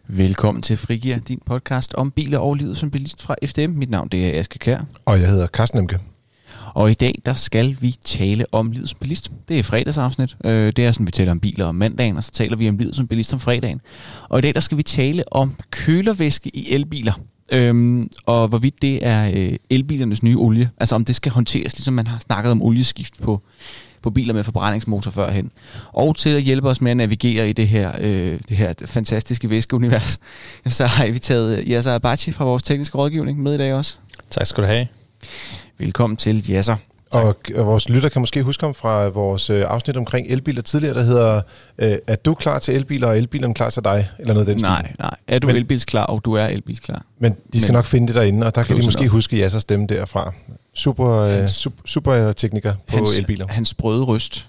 Velkommen til Frigir, din podcast om biler og livet som bilist fra FDM. Mit navn det er Aske Kjær. Og jeg hedder Carsten Emke. Og i dag der skal vi tale om livet som bilist. Det er fredagsafsnit. Det er sådan, vi taler om biler om mandagen, og så taler vi om livet som bilist om fredagen. Og i dag der skal vi tale om kølervæske i elbiler. Og hvorvidt det er elbilernes nye olie. Altså om det skal håndteres, ligesom man har snakket om olieskift på biler med forbrændingsmotor førhen. Og til at hjælpe os med at navigere i det her fantastiske væskeunivers, så har vi taget Yasser Abachi fra vores tekniske rådgivning med i dag også. Tak skal du have. Velkommen til Yasser. Og vores lytter kan måske huske om fra vores afsnit omkring elbiler tidligere, der hedder, er du klar til elbiler, og elbilerne klar til dig? Eller noget af den stil. Nej. Er du elbilsklar, og du er elbilsklar? Men de skal nok finde det derinde, og der kan de måske huske Yassers stemme derfra. Super tekniker på elbiler. Hans sprøde røst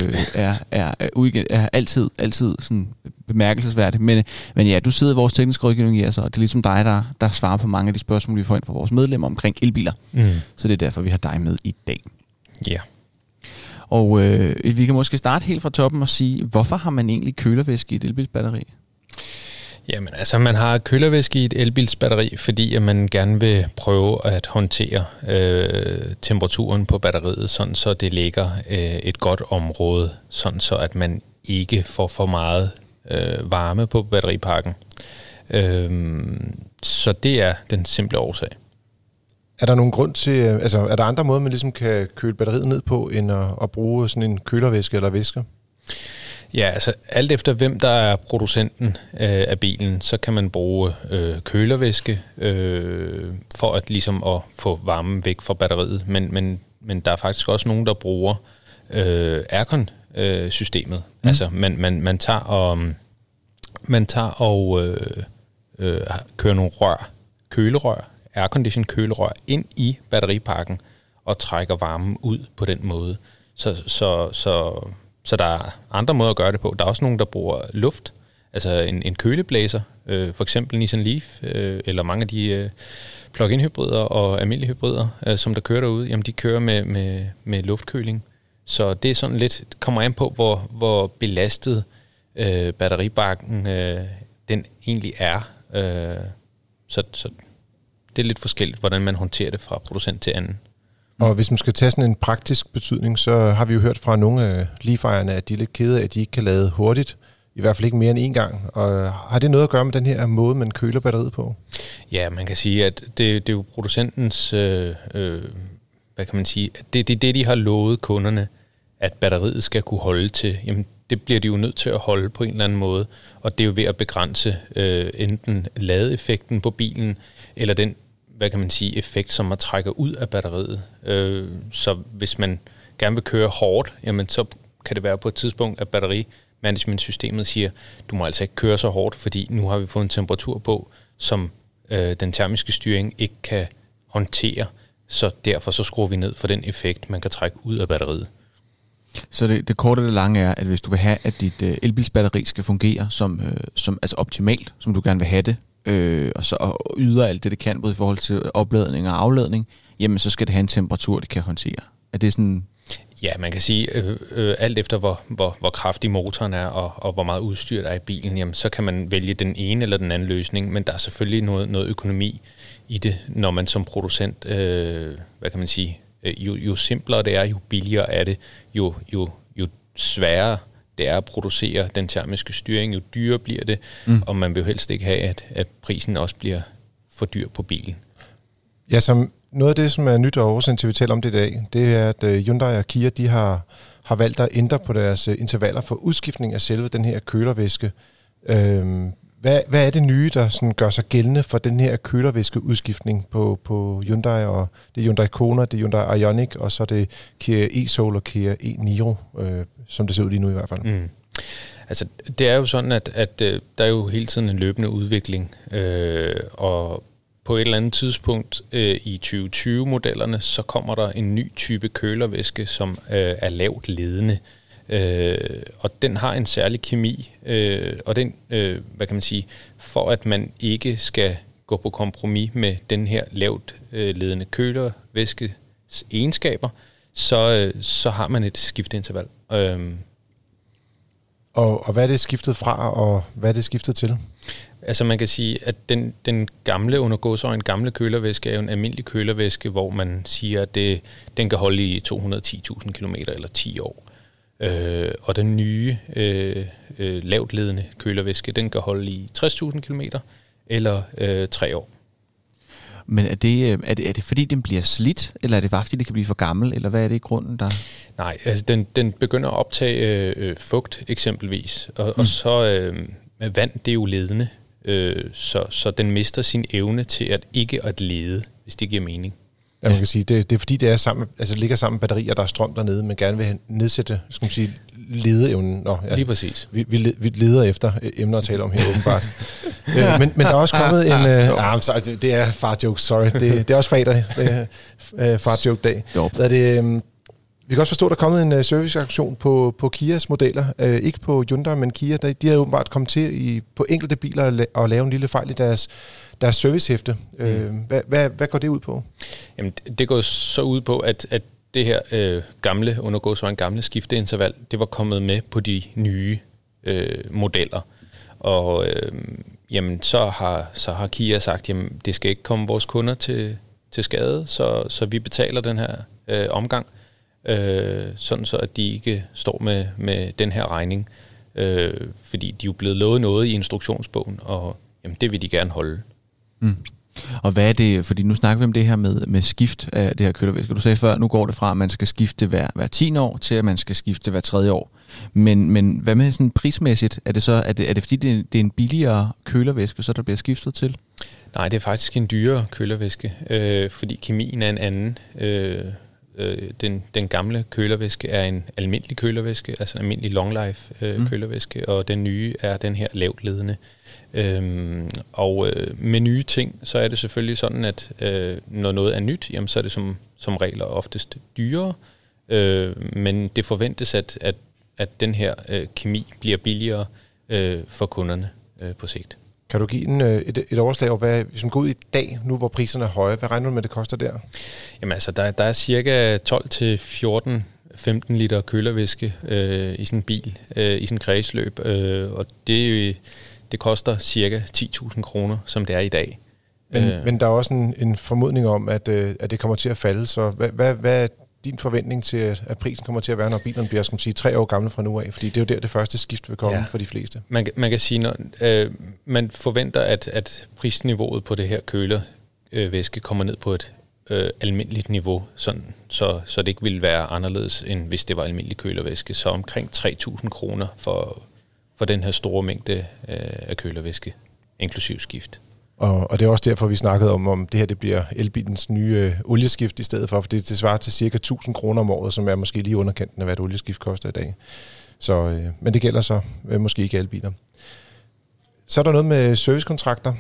er altid sådan bemærkelsesværdig. Men ja, du sidder i vores tekniske rådgivning, Yasser, og det er ligesom dig, der svarer på mange af de spørgsmål, vi får ind fra vores medlemmer omkring elbiler. Så det er derfor, vi har dig med i dag. Ja. Yeah. Og vi kan måske starte helt fra toppen og sige, hvorfor har man egentlig kølervæske i et elbilsbatteri? Jamen altså, man har kølervæske i et elbilsbatteri, fordi at man gerne vil prøve at håndtere temperaturen på batteriet, sådan så det ligger et godt område, sådan så at man ikke får for meget varme på batteripakken. Så det er den simple årsag. Er der nogen grund til, er der andre måder, man ligesom kan køle batteriet ned på, end at bruge sådan en kølervæske eller væske? Ja, altså alt efter hvem der er producenten af bilen, så kan man bruge kølervæske for at ligesom at få varmen væk fra batteriet. Men der er faktisk også nogen, der bruger aircon-systemet. Altså man tager og kører nogle kølerør, aircondition kølerør ind i batteripakken og trækker varmen ud på den måde. Så der er andre måder at gøre det på. Der er også nogen, der bruger luft, altså en køleblæser, for eksempel Nissan Leaf, eller mange af de plug-in hybrider og almindelige hybrider, som der kører derude, jamen de kører med luftkøling. Så det er sådan lidt, kommer an på, hvor belastet batteribakken den egentlig er. Så det er lidt forskelligt, hvordan man håndterer det fra producent til anden. Og hvis man skal tage sådan en praktisk betydning, så har vi jo hørt fra nogle af Leaf-ejerne, at de er lidt kede af, at de ikke kan lade hurtigt. I hvert fald ikke mere end en gang. Og har det noget at gøre med den her måde, man køler batteriet på? Ja, man kan sige, at det er jo producentens, hvad kan man sige, det er det, de har lovet kunderne, at batteriet skal kunne holde til. Jamen, det bliver de jo nødt til at holde på en eller anden måde. Og det er jo ved at begrænse enten ladeeffekten på bilen, eller den, hvad kan man sige, effekt, som man trækker ud af batteriet. Så hvis man gerne vil køre hårdt, jamen så kan det være på et tidspunkt, at batterimanagementsystemet siger, du må altså ikke køre så hårdt, fordi nu har vi fået en temperatur på, som den termiske styring ikke kan håndtere, så derfor så skruer vi ned for den effekt, man kan trække ud af batteriet. Så det korte og det lange er, at hvis du vil have, at dit elbilsbatteri skal fungere som altså optimalt, som du gerne vil have det, og yder alt det kan, både i forhold til opladning og afladning, jamen så skal det have en temperatur, det kan håndtere. Er det sådan? Ja, man kan sige, alt efter hvor kraftig motoren er, og hvor meget udstyr der er i bilen, jamen så kan man vælge den ene eller den anden løsning, men der er selvfølgelig noget økonomi i det, når man som producent, hvad kan man sige, jo simplere det er, jo billigere er det, jo sværere det er at producere den termiske styring, jo dyrere bliver det, og man vil jo helst ikke have, at prisen også bliver for dyr på bilen. Ja, som noget af det, som er nyt og årsagen til, at vi taler om det i dag, det er, at Hyundai og Kia, de har valgt at ændre på deres intervaller for udskiftning af selve den her kølervæske. Hvad er det nye, der sådan gør sig gældende for den her kølervæskeudskiftning på Hyundai? Og det er Hyundai Kona, det er Hyundai Ioniq, og så er det Kia e-Soul og Kia e-Niro, som det ser ud lige nu i hvert fald. Altså, det er jo sådan, at der er jo hele tiden en løbende udvikling, og på et eller andet tidspunkt i 2020-modellerne, så kommer der en ny type kølervæske, som er lavt ledende. Og den har en særlig kemi, og den, hvad kan man sige, for at man ikke skal gå på kompromis med den her lavt ledende kølervæskes egenskaber, så har man et skifteinterval. Og hvad er det skiftet fra, og hvad er det skiftet til? Altså man kan sige, at den gamle under gåseøjne, gamle kølervæske er jo en almindelig kølervæske, hvor man siger, at den kan holde i 210.000 km eller 10 år. Og den nye lavtledende kølervæske, den kan holde i 60.000 km eller 3 år. Men er det fordi, den bliver slidt, eller er det bare fordi, det kan blive for gammel, eller hvad er det i grunden, der... Nej, altså den begynder at optage fugt eksempelvis, og så vand, det er jo ledende, så den mister sin evne til at ikke at lede, hvis det giver mening. Ja, man kan sige, det er fordi, det er sammen, altså ligger sammen med batterier, der er strøm dernede, men gerne vil nedsætte, skal man sige, ledeevnen. Nå, ja. Lige præcis. Vi leder efter emner at tale om her, åbenbart. Men der er også kommet en... det er far-joke, sorry. Det er også fredag. Det er far-joke-dag. Vi kan også forstå, at der er kommet en serviceaktion på Kias modeller. Ikke på Hyundai, men Kia. De har åbenbart kommet til på enkelte biler at lave en lille fejl i deres servicehæfte. Hvad går det ud på? Jamen, det går så ud på, at det her gamle, under gåseøjne gamle skifteinterval, det var kommet med på de nye modeller. Og jamen, så har Kia sagt, jamen, det skal ikke komme vores kunder til skade, så vi betaler den her omgang, sådan så at de ikke står med den her regning, fordi de er jo blevet lovet noget i instruktionsbogen, og jamen, det vil de gerne holde. Mm. Og hvad er det, fordi nu snakker vi om det her med skift af det her kølervæske. Du sagde før, nu går det fra, at man skal skifte hver 10 år, til at man skal skifte hver 3. år. Men hvad med sådan prismæssigt? Er det fordi, det er en billigere kølervæske, så der bliver skiftet til? Nej, det er faktisk en dyrere kølervæske, fordi kemien er en anden. Den gamle kølervæske er en almindelig kølervæske, altså en almindelig long life kølervæske, og den nye er den her lavtledende. Og med nye ting, så er det selvfølgelig sådan, at når noget er nyt, jamen, så er det som regel oftest dyrere, men det forventes, at den her kemi bliver billigere for kunderne på sigt. Kan du give et overslag over, hvad, hvis man går ud i dag, nu hvor priserne er høje, hvad regner du med, det koster der? Jamen altså, der er cirka 12-14-15 liter kølervæske i sådan en bil, i sådan en kredsløb, og det koster cirka 10.000 kroner, som det er i dag. Men der er også en formodning om, at det kommer til at falde, så hvad er din forventning til, at prisen kommer til at være, når bilerne bliver, skal man sige, 3 år gamle fra nu af? Fordi det er jo der, det første skift vil komme for de fleste. Man kan sige, når man forventer, at prisniveauet på det her kølervæske kommer ned på et almindeligt niveau, så det ikke ville være anderledes, end hvis det var almindelig kølervæske. Så omkring 3.000 kroner for den her store mængde af kølervæske, inklusiv skift. Og det er også derfor, vi snakkede om det her det bliver elbilens nye olieskift i stedet for det svarer til cirka 1.000 kroner om året, som er måske lige underkanten af, hvad et olieskift koster i dag. Så, men det gælder så måske ikke elbiler. Så er der noget med servicekontrakter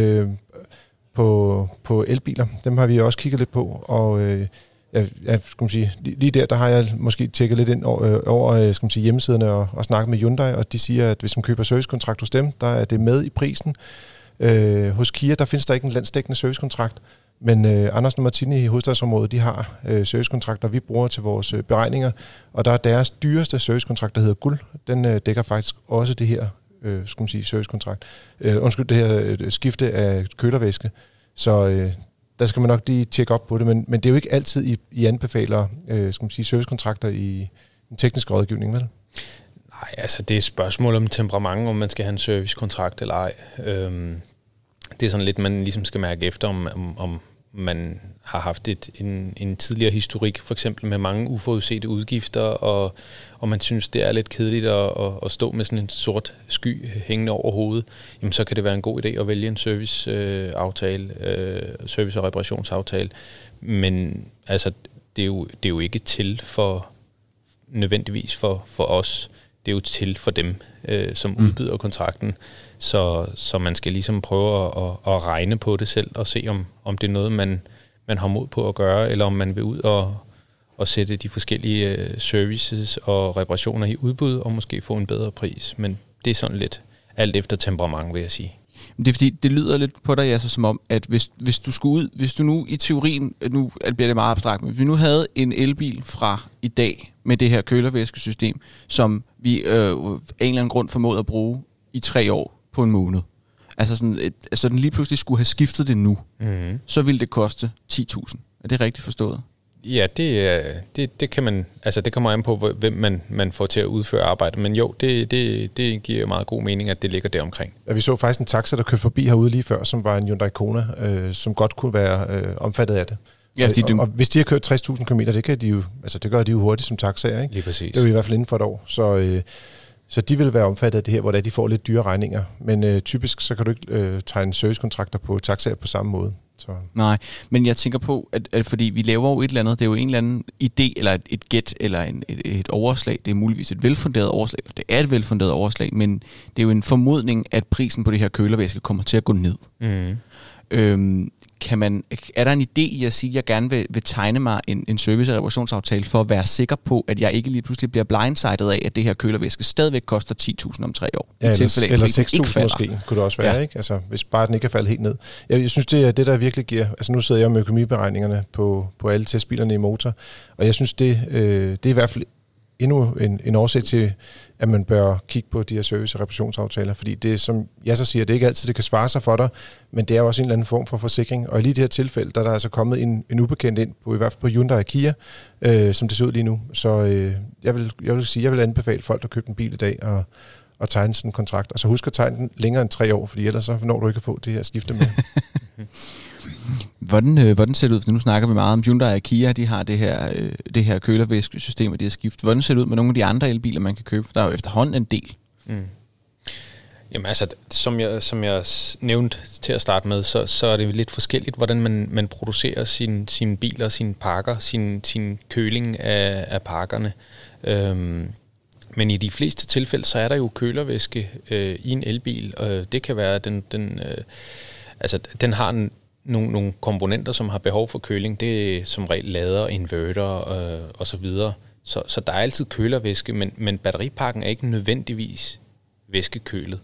på elbiler. Dem har vi også kigget lidt på, og jeg skal man sige, lige der har jeg måske tjekket lidt ind over skal man sige, hjemmesiderne og snakket med Hyundai, og de siger, at hvis man køber servicekontrakt hos dem, der er det med i prisen. Hos Kia, der findes der ikke en landsdækkende servicekontrakt, men Andersen og Martini i hovedstadsområdet, de har servicekontrakter, vi bruger til vores beregninger, og der er deres dyreste servicekontrakt, der hedder Guld. Den dækker faktisk også det her skal man sige, servicekontrakt. Det her skifte af kølervæske. Så der skal man nok lige tjekke op på det, men det er jo ikke altid, I anbefaler skal man sige, servicekontrakter i en teknisk rådgivning, vel? Nej, altså det er et spørgsmål om temperament, om man skal have en servicekontrakt eller ej. Det er sådan lidt, man ligesom skal mærke efter, om man har haft en tidligere historik, for eksempel med mange uforudsete udgifter, og man synes, det er lidt kedeligt at stå med sådan en sort sky hængende over hovedet, jamen så kan det være en god idé at vælge en serviceaftale, service- og reparationsaftale. Men altså, det er jo ikke til for nødvendigvis for os. Det er jo til for dem, som udbyder kontrakten. Så man skal ligesom prøve at regne på det selv og se, om det er noget, man har mod på at gøre, eller om man vil ud og sætte de forskellige services og reparationer i udbud, og måske få en bedre pris. Men det er sådan lidt alt efter temperament, vil jeg sige. Det er fordi, det lyder lidt på dig, altså, som om, at hvis du nu i teorien, nu bliver det meget abstrakt, men hvis vi nu havde en elbil fra i dag med det her kølervæskesystem, som vi af en eller anden grund formåede at bruge i 3 år på en måned, Altså så den lige pludselig skulle have skiftet det nu, så ville det koste 10.000. Er det rigtigt forstået? Ja, det kan man, altså det kommer an på, hvem man får til at udføre arbejdet, men jo, det giver meget god mening, at det ligger der omkring. Ja, vi så faktisk en taxa, der kørte forbi herude lige før, som var en Hyundai Kona, som godt kunne være omfattet af det. Ja, og hvis de har kørt 60.000 km, det gør de jo hurtigt som taxaer, ikke? Lige præcis. Det er jo i hvert fald inden for et år, så de vil være omfattet af det her, hvor de får lidt dyre regninger. Men typisk så kan du ikke tegne servicekontrakter på taxaer på samme måde. Så. Nej, men jeg tænker på, at fordi vi laver jo et eller andet, det er jo en eller anden idé, eller et gæt, eller et overslag. Det er muligvis et velfunderet overslag, det er et velfunderet overslag, men det er jo en formodning, at prisen på det her kølervæske kommer til at gå ned. Er der en idé i at sige, at jeg gerne vil tegne mig en service- og reparationsaftale for at være sikker på, at jeg ikke lige pludselig bliver blindsidet af, at det her kølervæske stadigvæk koster 10.000 om 3 år? Ja, eller 6.000 måske, kunne det også være, ikke? Altså, hvis bare den ikke er faldet helt ned. Jeg synes, det er det, der virkelig giver... Altså, nu sidder jeg med økonomiberegningerne på alle testbilerne i motor, og jeg synes, det er i hvert fald endnu en årsag til, at man bør kigge på de her service- og reparationsaftaler, fordi det, som jeg så siger, det er ikke altid, det kan svare sig for dig, men det er også en eller anden form for forsikring. Og i lige det her tilfælde, der er der altså kommet en ubekendt ind, i hvert fald på Hyundai og Kia, som det ser ud lige nu. Så jeg vil anbefale folk, der køber en bil i dag, og tegne sådan en kontrakt. Og så husk at tegne den længere end 3 år, fordi ellers så når du ikke at få det her skifte med. Hvordan ser det ud? Nu snakker vi meget om Hyundai og Kia, de har det her kølervæskesystem og det her skift. Hvordan ser det ud med nogle af de andre elbiler, man kan købe? Der er jo efterhånden en del. Jamen altså, som jeg nævnte til at starte med, så er det lidt forskelligt, hvordan man producerer sine biler, sine pakker, sin køling af pakkerne. Men i de fleste tilfælde, så er der jo kølervæske i en elbil, og det kan være, at den har nogle komponenter, som har behov for køling. Det er som regel lader, inverter og så videre. Så der er altid kølervæske, men batteripakken er ikke nødvendigvis væskekølet.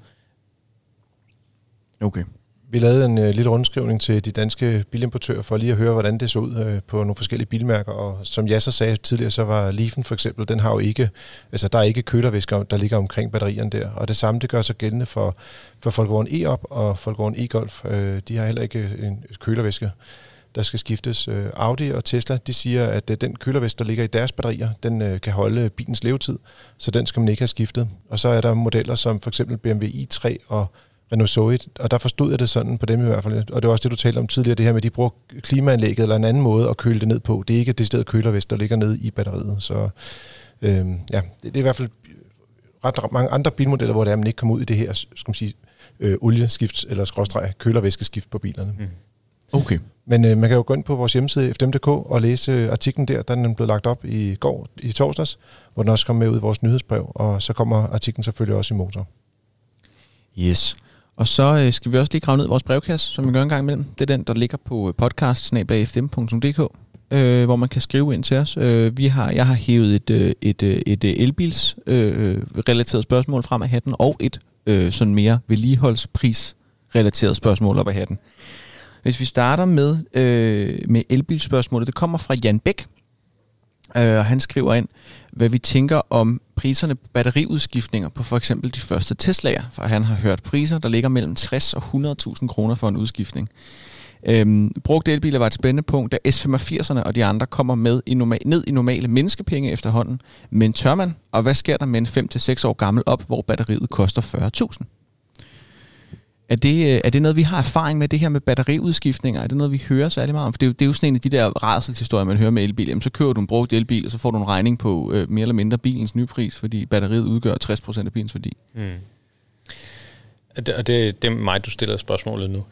Okay. Vi lavede en lille rundskrivning til de danske bilimportører for lige at høre, hvordan det så ud på nogle forskellige bilmærker. Og som jeg så sagde tidligere, så var Leafen for eksempel, den har jo ikke, altså der er ikke kølervæsker, der ligger omkring batterierne der. Og det samme, det gør sig gældende for Volkswagen e-up og Volkswagen e-Golf. De har heller ikke en kølervæske, der skal skiftes. Audi og Tesla, de siger, at den kølervæske, der ligger i deres batterier, den kan holde bilens levetid, så den skal man ikke have skiftet. Og så er der modeller som for eksempel BMW i3 og Renault Zoe, og der forstod jeg det sådan på dem i hvert fald. Og det var også det, du talte om tidligere, det her med, at de bruger klimaanlægget eller en anden måde at køle det ned på. Det er ikke det sted kølervæsk, der ligger nede i batteriet. Så det er i hvert fald ret mange andre bilmodeller, hvor det er, man ikke kommer ud i det her, skal man sige, olieskift eller kølervæskeskift på bilerne. Okay. Men man kan jo gå ind på vores hjemmeside fdm.dk og læse artiklen der. Den er blevet lagt op i går, i torsdags, hvor den også kom med ud i vores nyhedsbrev, og så kommer artiklen selvfølgelig også i Motor. Yes. Og så skal vi også lige grave ned i vores brevkasse, som vi gør en gang imellem. Det er den, der ligger på podcast@fdm.dk, hvor man kan skrive ind til os. Jeg har hævet et elbils relateret spørgsmål frem af hatten, og et sådan mere vedligeholdspris relateret spørgsmål op af hatten. Hvis vi starter med elbilspørgsmålet, det kommer fra Jan Bæk, og han skriver ind, hvad vi tænker om priserne på batteriudskiftninger på for eksempel de første Tesla'er, for han har hørt priser, der ligger mellem 60 og 100.000 kroner for en udskiftning. Brugte elbiler var et spændende punkt, da S85'erne og de andre kommer med ned i normale menneskepenge efterhånden. Men tør man, og hvad sker der med en 5-6 år gammel op, hvor batteriet koster 40.000? Er det noget, vi har erfaring med, det her med batteriudskiftninger? Er det noget, vi hører særlig meget om? For det er jo sådan en af de der rædselshistorier, man hører med elbil. Jamen, så køber du en brugt elbil, og så får du en regning på mere eller mindre bilens nypris, fordi batteriet udgør 60% af bilens værdi. Det er mig, du stiller spørgsmålet nu.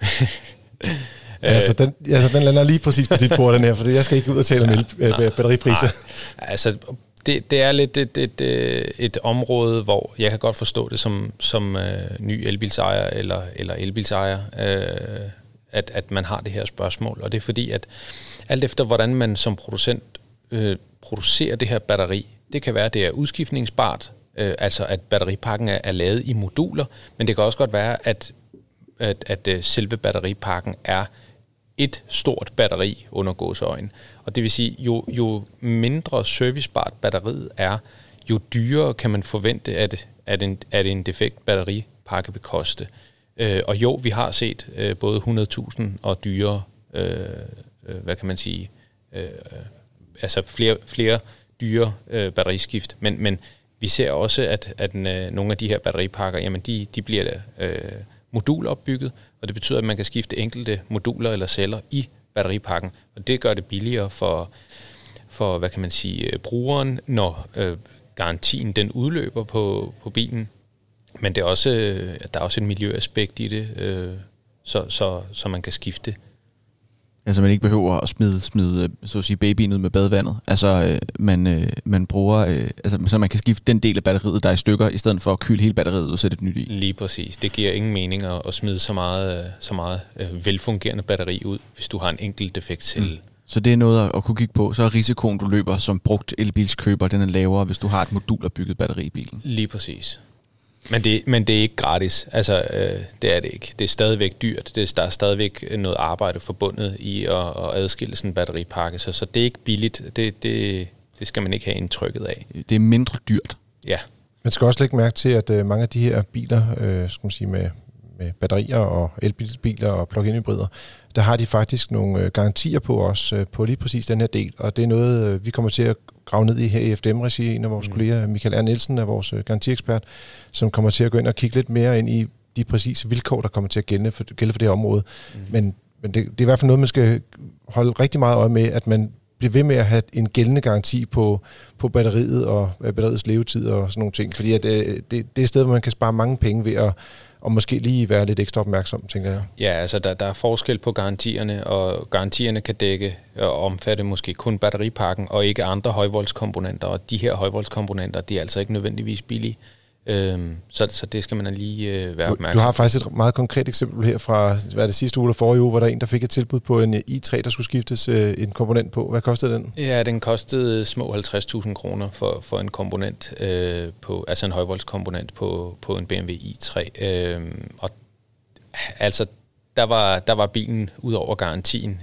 Den lander lige præcis på dit bord, den her, for jeg skal ikke ud og tale om batteripriser. Nej. Altså, det er lidt et område, hvor jeg kan godt forstå det som ny elbilsejer eller elbilsejer, at man har det her spørgsmål. Og det er fordi, at alt efter hvordan man som producent producerer det her batteri, det kan være, at det er udskiftningsbart, altså at batteripakken er lavet i moduler, men det kan også godt være, at selve batteripakken er et stort batteri under gåseøjne. Og det vil sige, jo mindre servicebart batteriet er, jo dyrere kan man forvente, at en defekt batteripakke vil koste. Og jo, vi har set både 100.000 og dyre, hvad kan man sige, altså flere dyre batteriskift, men vi ser også, at nogle af de her batteripakker, jamen de bliver modulopbygget, og det betyder, at man kan skifte enkelte moduler eller celler i batteripakken, og det gør det billigere for hvad kan man sige, brugeren, når garantien den udløber på bilen. Men det er også, der er også et miljøaspekt i det, så man kan skifte. Altså man ikke behøver at smide så at sige babyen ud med badevandet. Altså man bruger, så man kan skifte den del af batteriet, der er i stykker, i stedet for at kyle hele batteriet og sætte et nyt i. Lige præcis. Det giver ingen mening at smide så meget velfungerende batteri ud, hvis du har en enkelt defekt celle. Så det er noget at kunne kigge på. Så er risikoen, du løber som brugt elbilskøber, den er lavere, hvis du har et modulopbygget batteri i bilen. Lige præcis. Men det er ikke gratis. Altså, det er det ikke. Det er stadigvæk dyrt. Der er stadigvæk noget arbejde forbundet i at adskille sådan en batteripakke. Så det er ikke billigt. Det skal man ikke have indtrykket af. Det er mindre dyrt. Ja. Man skal også lægge mærke til, at mange af de her biler, skal man sige, med batterier og elbilsbiler og plug-in hybrider, der har de faktisk nogle garantier på os, på lige præcis den her del. Og det er noget, vi kommer til at grave ned i her i FDM-regi. En af vores kolleger, Michael R. Nielsen, er vores garantiekspert, som kommer til at gå ind og kigge lidt mere ind i de præcise vilkår, der kommer til at gælde for det her område. Men det er i hvert fald noget, man skal holde rigtig meget øje med, at man bliver ved med at have en gældende garanti på batteriet og batteriets levetid og sådan nogle ting. Fordi at, det er et sted, hvor man kan spare mange penge ved at og måske lige være lidt ekstra opmærksom, tænker jeg. Ja, altså der er forskel på garantierne, og garantierne kan dække og omfatte måske kun batteripakken og ikke andre højvoldskomponenter, og de her højvoldskomponenter, de er altså ikke nødvendigvis billige. Så det skal man lige være opmærksom. Du har faktisk et meget konkret eksempel her fra sidste uge eller forrige uge, hvor der er en, der fik et tilbud på en i3, der skulle skiftes en komponent på. Hvad kostede den? Ja, den kostede små 50.000 kroner for en komponent, altså en højvoldskomponent på en BMW i3. Og altså, der var bilen ud over garantien,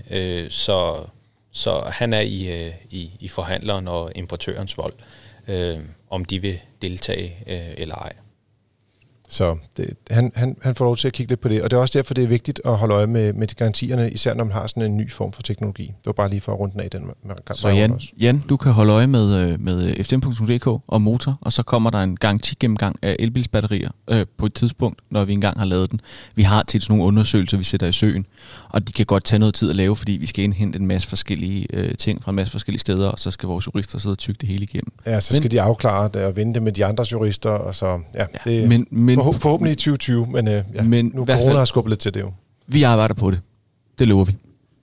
så han er i forhandleren og importørens vold, om de vil deltage eller ej. Så han får lov til at kigge lidt på det, og det er også derfor, det er vigtigt at holde øje med de garantierne, især når man har sådan en ny form for teknologi. Det var bare lige for at runde den af den gang. Så Jan, du kan holde øje med fdm.dk og motor, og så kommer der en garantigennemgang af elbilsbatterier på et tidspunkt, når vi engang har lavet den. Vi har til sådan nogle undersøgelser, vi sætter i søen, og de kan godt tage noget tid at lave, fordi vi skal indhente en masse forskellige ting fra en masse forskellige steder, og så skal vores jurister sidde og tygge det hele igennem. Ja, så skal de afklare det og vende det med de andres jurister, og så det forhåbentlig i 2020, men nu corona har skubbet lidt til det jo. Vi arbejder på det. Det lover vi.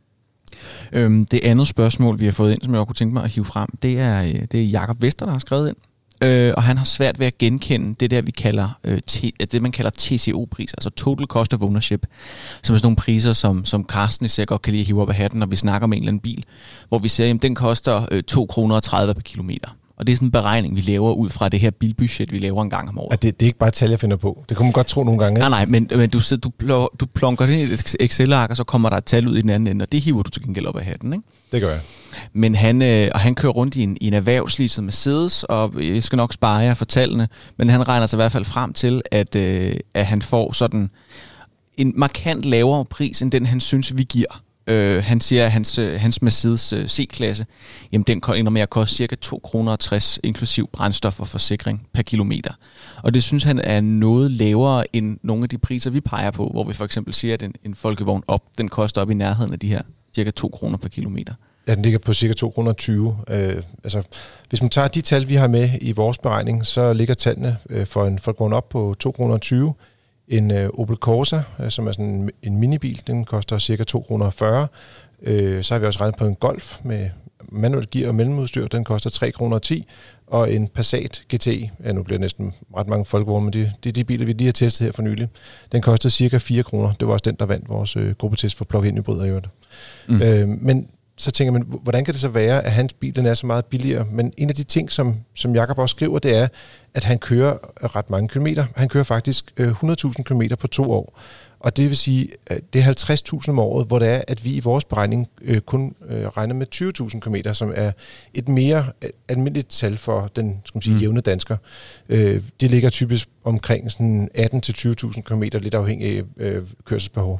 Det andet spørgsmål, vi har fået ind, som jeg også kunne tænke mig at hive frem, det er Jakob Vester, der har skrevet ind. Og han har svært ved at genkende det der, vi kalder det man kalder TCO-priser, altså Total Cost of Ownership, som er sådan nogle priser, som Carsten især godt kan lide at hive op af hatten, når vi snakker om en eller anden bil, hvor vi siger, at den koster 2,30 kroner per kilometer. Og det er sådan en beregning, vi laver ud fra det her bilbudget, vi laver en gang om året. Ja, det er ikke bare et tal, jeg finder på. Det kunne man godt tro nogle gange. Nej, men du plonker det ind i et Excel-ark, og så kommer der et tal ud i den anden ende, og det hiver du til gengæld op af hatten, ikke? Det gør jeg. Men han kører rundt i en erhvervsleaset Mercedes, og jeg skal nok spare jer for tallene, men han regner sig i hvert fald frem til, at han får sådan en markant lavere pris, end den han synes, vi giver. Han siger, at hans Mercedes C-klasse, jamen den ender med at koste ca. 2,60 kroner inklusiv brændstof og forsikring per kilometer. Og det synes han er noget lavere end nogle af de priser, vi peger på, hvor vi for eksempel siger, at en folkevogn op, den koster op i nærheden af de her ca. 2 kroner per kilometer. Ja, den ligger på ca. 2,20 kroner. Altså, hvis man tager de tal, vi har med i vores beregning, så ligger tallene for en folkevogn op på 2,20 kroner. En Opel Corsa, som er sådan en minibil, den koster ca. 2,40 kroner. Så har vi også regnet på en Golf med manuelt gear og mellemudstyr, den koster 3,10 kroner. Og en Passat GTE, nu bliver det næsten ret mange folkevogne, men det er de biler, vi lige har testet her for nylig. Den koster ca. 4 kroner. Det var også den, der vandt vores gruppetest for plug-in hybrider i øvrigt. Men så tænker man, hvordan kan det så være, at hans bil den er så meget billigere? Men en af de ting, som Jakob også skriver, det er, at han kører ret mange kilometer. Han kører faktisk 100.000 kilometer på 2 år. Og det vil sige, at det er 50.000 om året, hvor det er, at vi i vores beregning kun regner med 20.000 km, som er et mere almindeligt tal for den jævne dansker. De ligger typisk omkring sådan 18-20.000 km, lidt afhængig af kørselsbehov.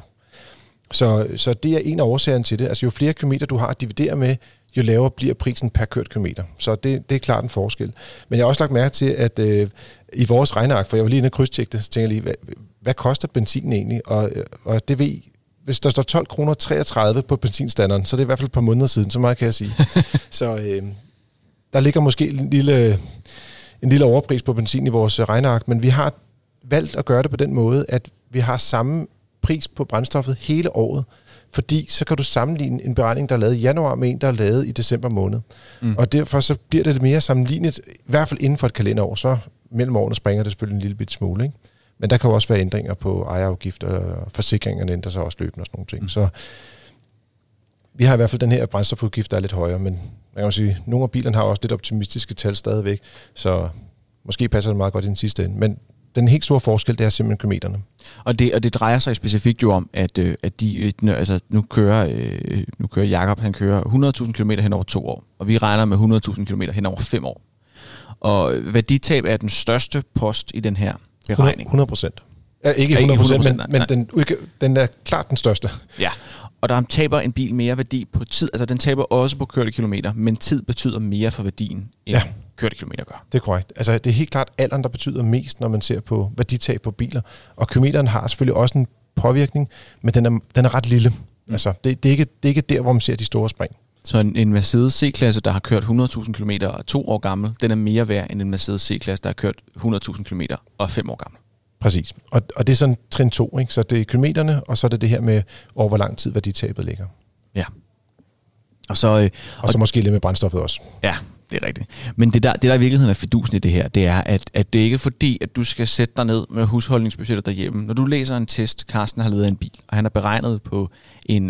Så det er en af årsagerne til det. Altså jo flere kilometer du har at dividere med, jo lavere bliver prisen per kørt kilometer. Så det er klart en forskel. Men jeg har også lagt mærke til, at i vores regneark, for jeg var lige inde og krydstjekke det, så tænker jeg lige, hvad koster benzin egentlig? Og det ved, hvis der står 12,33 kroner på benzinstanderen, så det er i hvert fald et par måneder siden, så meget kan jeg sige. Så der ligger måske en lille overpris på benzin i vores regneark, men vi har valgt at gøre det på den måde, at vi har samme pris på brændstoffet hele året, fordi så kan du sammenligne en beregning, der er lavet i januar, med en, der er lavet i december måned. Og derfor så bliver det lidt mere sammenlignet, i hvert fald inden for et kalenderår. Så mellem årene springer det selvfølgelig en lille bit smule, ikke? Men der kan jo også være ændringer på ejerafgifter, og forsikringerne ændrer sig også løbende og sådan nogle ting. Så vi har i hvert fald den her brændstofudgift, der er lidt højere, men man kan sige, nogle af bilerne har også lidt optimistiske tal stadigvæk, så måske passer det meget godt i den sidste ende. Men den helt store forskel, det er simpelthen kilometerne. Og det drejer sig specifikt jo om, at de, altså nu kører Jakob, han kører 100.000 km hen over 2 år, og vi regner med 100.000 km hen over 5 år. Og værditab er den største post i den her beregning. 100%. Ja, ikke 100%, men den er klart den største. Ja, og der taber en bil mere værdi på tid, altså den taber også på kørte kilometer, men tid betyder mere for værdien, end kørte kilometer gør. Det er korrekt. Altså det er helt klart alderen, der betyder mest, når man ser på værditab på biler. Og kilometeren har selvfølgelig også en påvirkning, men den er ret lille. Altså det er ikke der, hvor man ser de store spring. Så en Mercedes C-klasse, der har kørt 100.000 km og 2 år gammel, den er mere værd end en Mercedes C-klasse, der har kørt 100.000 km og er 5 år gammel. Præcis. Og det er sådan trin 2, ikke? Så det er kilometerne, og så er det her med, over hvor lang tid værditabet ligger. Ja. Og så måske lidt med brændstoffet også. Ja, det er rigtigt. Men det der i virkeligheden er fidusen i det her, det er, at det ikke er fordi, at du skal sætte dig ned med husholdningsbudgetter derhjemme. Når du læser en test, Carsten har lavet af en bil, og han er beregnet på en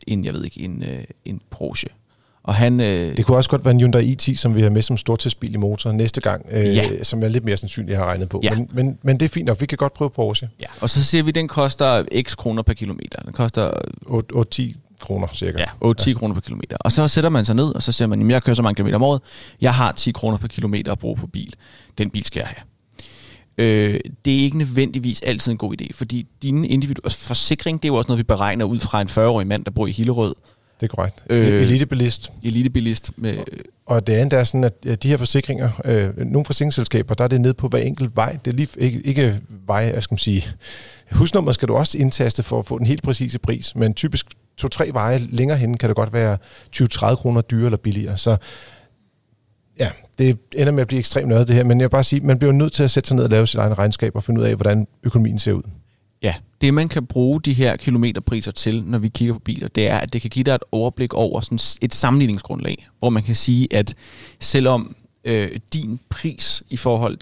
Porsche. Og han, det kunne også godt være en Hyundai i10, som vi har med som stortestbil i motor næste gang, som er lidt mere sandsynligt, jeg har regnet på. Ja. Men det er fint nok, vi kan godt prøve Porsche. Ja. Og så siger vi, at den koster x kroner per kilometer. Den koster 8-10 kroner cirka. Ja, 8-10 kroner per kilometer. Og så sætter man sig ned, og så siger man, jeg kører så mange kilometer om året, jeg har 10 kroner per kilometer at bruge på bil. Den bil skal jeg have. Det er ikke nødvendigvis altid en god idé, fordi din individuelle forsikring, det er jo også noget, vi beregner ud fra en 40-årig mand, der bor i Hillerød. Det er korrekt. Elitebilist. Og det andet er sådan, at de her forsikringer, nogle forsikringsselskaber, der er det nede på hver enkelt vej. Det er lige ikke vej, jeg skal sige. Husnummer skal du også indtaste for at få den helt præcise pris, men typisk 2-3 veje længere hen kan det godt være 20-30 kroner dyrere eller billigere. Så ja, det ender med at blive ekstremt noget det her, men jeg vil bare sige, man bliver nødt til at sætte sig ned og lave sit egen regnskab og finde ud af, hvordan økonomien ser ud. Ja, det man kan bruge de her kilometerpriser til, når vi kigger på biler, det er, at det kan give dig et overblik over sådan et sammenligningsgrundlag, hvor man kan sige, at selvom din pris i forhold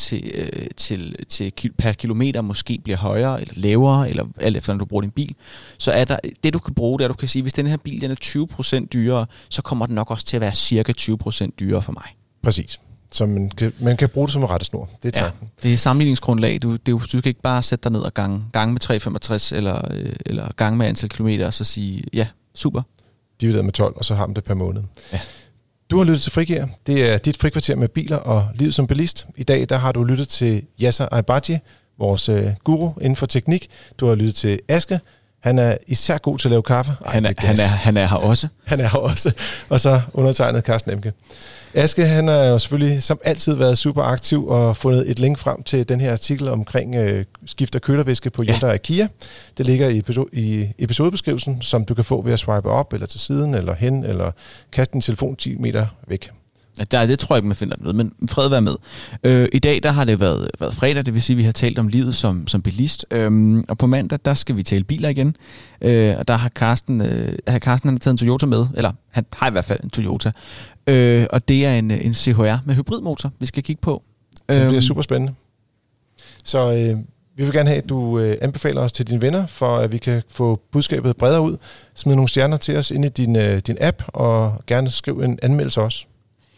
til per kilometer måske bliver højere eller lavere, eller alt efter når du bruger din bil, så er der det du kan bruge, det er, at du kan sige, hvis den her bil den er 20% dyrere, så kommer den nok også til at være cirka 20% dyrere for mig. Præcis. Så man kan bruge det som en rettesnor. Det er tanken. Ja, det er sammenligningsgrundlag. Du kan ikke bare sætte dig ned og gange med 365 eller gange med antal kilometer og så sige, ja, super. Divideret med 12, og så har man det per måned. Ja. Du har lyttet til Frigir. Det er dit frikvarter med biler og livet som bilist. I dag der har du lyttet til Yasser Aybaji, vores guru inden for teknik. Du har lyttet til Aske. Han er især god til at lave kaffe. Han er her også. Han er her også. Og så undertegnet Carsten Emke. Aske, han har jo selvfølgelig som altid været super aktiv og fundet et link frem til den her artikel omkring skift af kølervæske på Hyundai og Kia. Det ligger i episodebeskrivelsen, som du kan få ved at swipe op eller til siden eller hen, eller kaste din telefon 10 meter væk. Ja, det tror jeg ikke, man finder noget, men fred være med. I dag der har det været fredag, det vil sige, at vi har talt om livet som bilist. Og på mandag, der skal vi tale biler igen. Og der har Carsten han har taget en Toyota med, eller han har i hvert fald en Toyota. Og det er en CHR med hybridmotor, vi skal kigge på. Det bliver super spændende. Så vi vil gerne have, at du anbefaler os til dine venner, for at vi kan få budskabet bredere ud. Smid nogle stjerner til os inde i din app, og gerne skriv en anmeldelse også.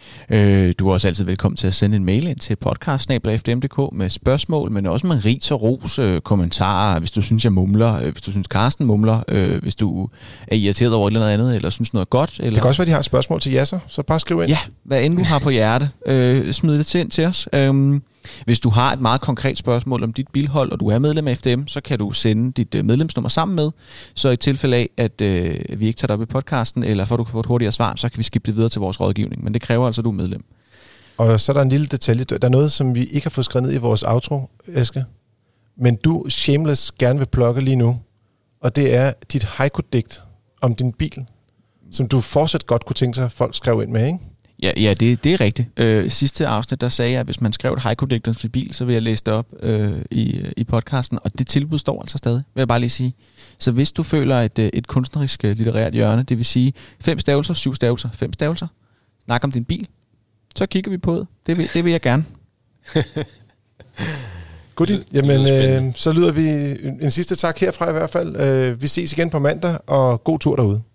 Du er også altid velkommen til at sende en mail ind til podcast@fdm.dk med spørgsmål, men også med ris og ros, kommentarer, hvis du synes, jeg mumler, hvis du synes, Carsten mumler, hvis du er irriteret over et eller andet, eller synes noget godt. Eller... Det kan også være, de har et spørgsmål til Yasser, så bare skriv ind. Ja, hvad end du har på hjerte, smid det ind til os. Hvis du har et meget konkret spørgsmål om dit bilhold, og du er medlem af FDM, så kan du sende dit medlemsnummer sammen med. Så i tilfælde af, at vi ikke tager det op i podcasten, eller for at du kan få et hurtigere svar, så kan vi skifte det videre til vores rådgivning. Men det kræver altså, at du er medlem. Og så er der en lille detalje. Der er noget, som vi ikke har fået skrevet ned i vores outro, Eske. Men du shameless gerne vil plukke lige nu. Og det er dit haiku-digt om din bil, som du fortsat godt kunne tænke sig, at folk skrev ind med, ikke? Ja, det er rigtigt. Sidste afsnit, der sagde jeg, at hvis man skrev et haiku-digt om sin bil, så vil jeg læse det op i podcasten, og det tilbud står altså stadig, vil jeg bare lige sige. Så hvis du føler et kunstnerisk litterært hjørne, det vil sige 5 stavelser, 7 stavelser, 5 stavelser, snak om din bil, så kigger vi på det. Det vil jeg gerne. Goodie. Jamen, så lyder vi en sidste tak herfra i hvert fald. Vi ses igen på mandag, og god tur derude.